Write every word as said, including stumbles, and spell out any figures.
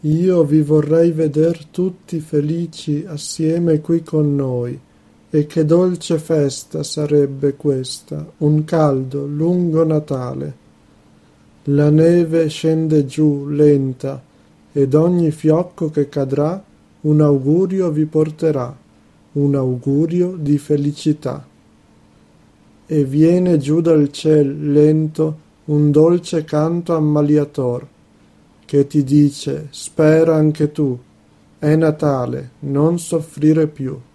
Io vi vorrei veder tutti felici assieme qui con noi, e che dolce festa sarebbe questa, un caldo, lungo Natale. La neve scende giù lenta, ed ogni fiocco che cadrà un augurio vi porterà, un augurio di felicità. E viene giù dal ciel lento un dolce canto ammaliator, che ti dice: spera anche tu, è Natale, non soffrire più.